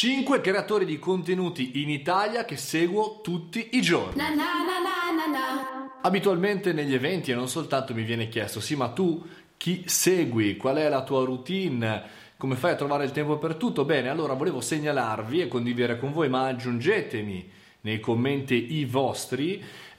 5 creatori di contenuti in Italia che seguo tutti i giorni. Abitualmente negli eventi e non soltanto mi viene chiesto: sì, ma tu chi segui? Qual è la tua routine? Come fai a trovare il tempo per tutto? Bene, allora volevo segnalarvi e condividere con voi, ma aggiungetemi nei commenti i vostri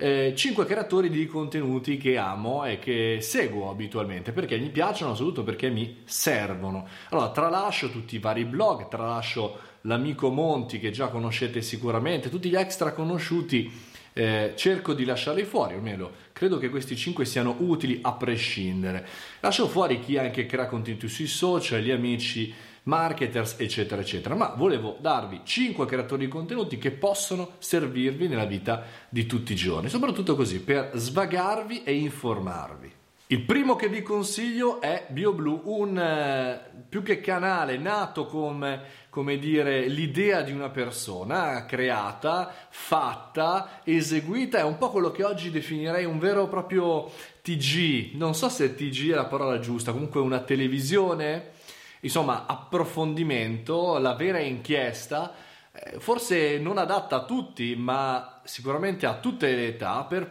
5 creatori di contenuti che amo e che seguo abitualmente, perché mi piacciono, soprattutto perché mi servono. Allora, tralascio tutti i vari blog, tralascio l'amico Monti che già conoscete sicuramente, tutti gli extra conosciuti, cerco di lasciarli fuori, o almeno credo che questi 5 siano utili a prescindere. Lascio fuori chi anche crea contenuti sui social, gli amici marketers, eccetera eccetera, ma volevo darvi 5 creatori di contenuti che possono servirvi nella vita di tutti i giorni, soprattutto così per svagarvi e informarvi. Il primo che vi consiglio è BioBlue, un più che canale nato come dire l'idea di una persona, creata, fatta, eseguita, è un po' quello che oggi definirei un vero e proprio TG, non so se TG è la parola giusta, comunque una televisione, insomma approfondimento, la vera inchiesta, forse non adatta a tutti, ma sicuramente a tutte le età, per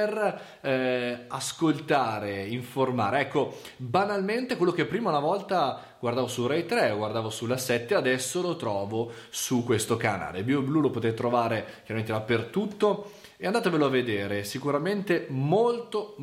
poter ascoltare, informare. Ecco, banalmente quello che prima una volta guardavo su Rai 3, guardavo sulla 7, adesso lo trovo su questo canale. BioBlue lo potete trovare chiaramente dappertutto e andatevelo a vedere, sicuramente molto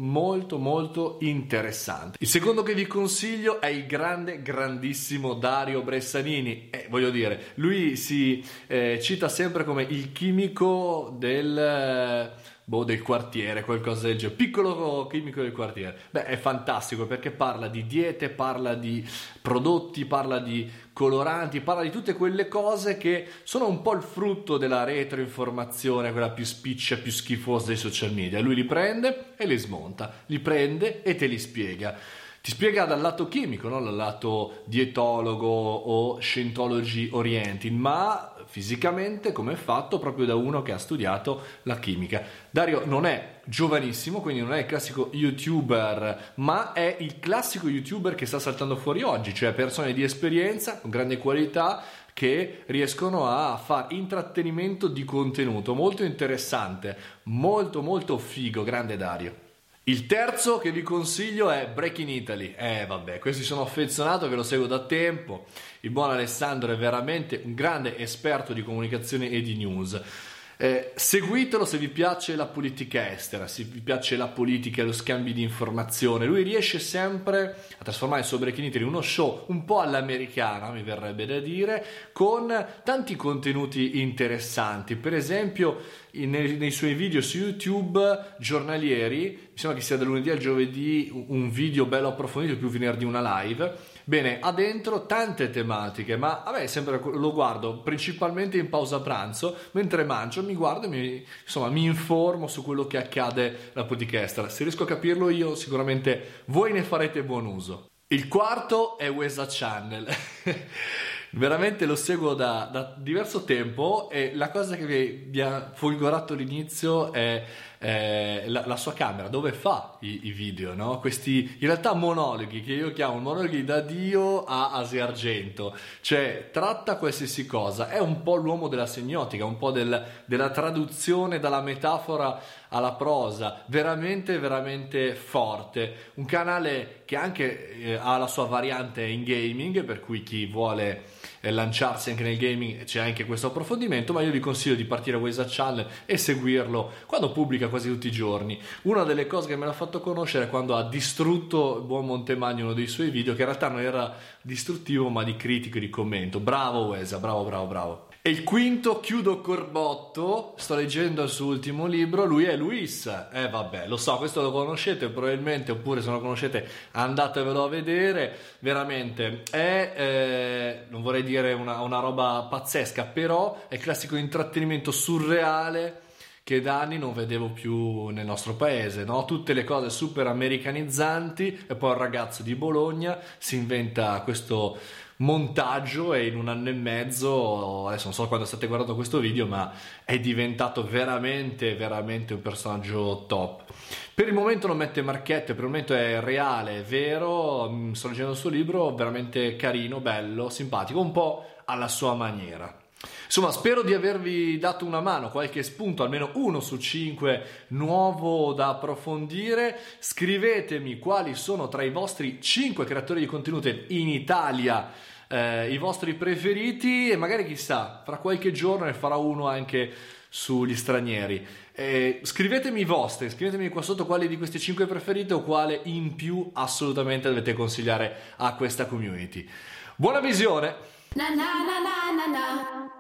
interessante. Il secondo che vi consiglio è il grandissimo Dario Bressanini, voglio dire, lui si cita sempre come il chimico del quartiere, qualcosa del genere, piccolo chimico del quartiere. È fantastico perché parla di diete, parla di prodotti, parla di coloranti, parla di tutte quelle cose che sono un po' il frutto della retroinformazione, quella più spiccia, più schifosa dei social media. Lui li prende e li smonta, li prende e te li spiega. Ti spiega dal lato chimico, non dal lato dietologo o Scientology oriented, ma fisicamente come è fatto proprio da uno che ha studiato la chimica. Dario non è giovanissimo, quindi non è il classico youtuber, ma è il classico youtuber che sta saltando fuori oggi, cioè persone di esperienza con grande qualità che riescono a fare intrattenimento di contenuto molto interessante, molto figo. Grande Dario. Il terzo che vi consiglio è Breaking Italy. Questi sono affezionato, che lo seguo da tempo. Il buon Alessandro è veramente un grande esperto di comunicazione e di news. Seguitelo se vi piace la politica estera, se vi piace la politica e lo scambio di informazione. Lui riesce sempre a trasformare il suo Breaking Italy in uno show un po' all'americana, mi verrebbe da dire, con tanti contenuti interessanti. Per esempio nei suoi video su YouTube giornalieri, mi sembra che sia da lunedì al giovedì un video bello approfondito, più venerdì una live. Bene, ha dentro tante tematiche, ma a me sempre lo guardo principalmente in pausa pranzo, mentre mangio, mi guardo e mi informo su quello che accade nella politica estera. Se riesco a capirlo io, sicuramente voi ne farete buon uso. Il quarto è Wesa Channel. Veramente lo seguo da diverso tempo e la cosa che mi ha folgorato all'inizio è la sua camera, dove fa i video, no? Questi in realtà monologhi che io chiamo monologhi da Dio a Asia Argento, cioè tratta qualsiasi cosa, è un po' l'uomo della semiotica, un po' della traduzione dalla metafora alla prosa, veramente forte. Un canale che anche ha la sua variante in gaming, per cui chi vuole lanciarsi anche nel gaming c'è anche questo approfondimento, ma io vi consiglio di partire a Wesa Channel e seguirlo quando pubblica quasi tutti i giorni. Una delle cose che me l'ha fatto conoscere è quando ha distrutto il buon Montemagno, uno dei suoi video, che in realtà non era distruttivo ma di critico e di commento. Bravo Wesa, bravo. E il quinto, chiudo Corbotto, sto leggendo il suo ultimo libro, lui è Luis. Lo so, questo lo conoscete probabilmente, oppure se non lo conoscete andatevelo a vedere. Veramente è non vorrei dire una roba pazzesca, però è il classico intrattenimento surreale che da anni non vedevo più nel nostro paese, no? Tutte le cose super americanizzanti, e poi il ragazzo di Bologna si inventa questo montaggio e in un anno e mezzo, adesso non so quando state guardando questo video, ma è diventato veramente un personaggio top. Per il momento non mette marchette, per il momento è reale, è vero. Sto leggendo il suo libro, veramente carino, bello, simpatico, un po' alla sua maniera. Insomma, spero di avervi dato una mano, qualche spunto, almeno 1 su 5 nuovo da approfondire. Scrivetemi quali sono tra i vostri 5 creatori di contenuto in Italia i vostri preferiti, e magari chissà, fra qualche giorno ne farò uno anche sugli stranieri. Scrivetemi i vostri, scrivetemi qua sotto quali di questi 5 preferite o quale in più assolutamente dovete consigliare a questa community. Buona visione! Na na na na na na.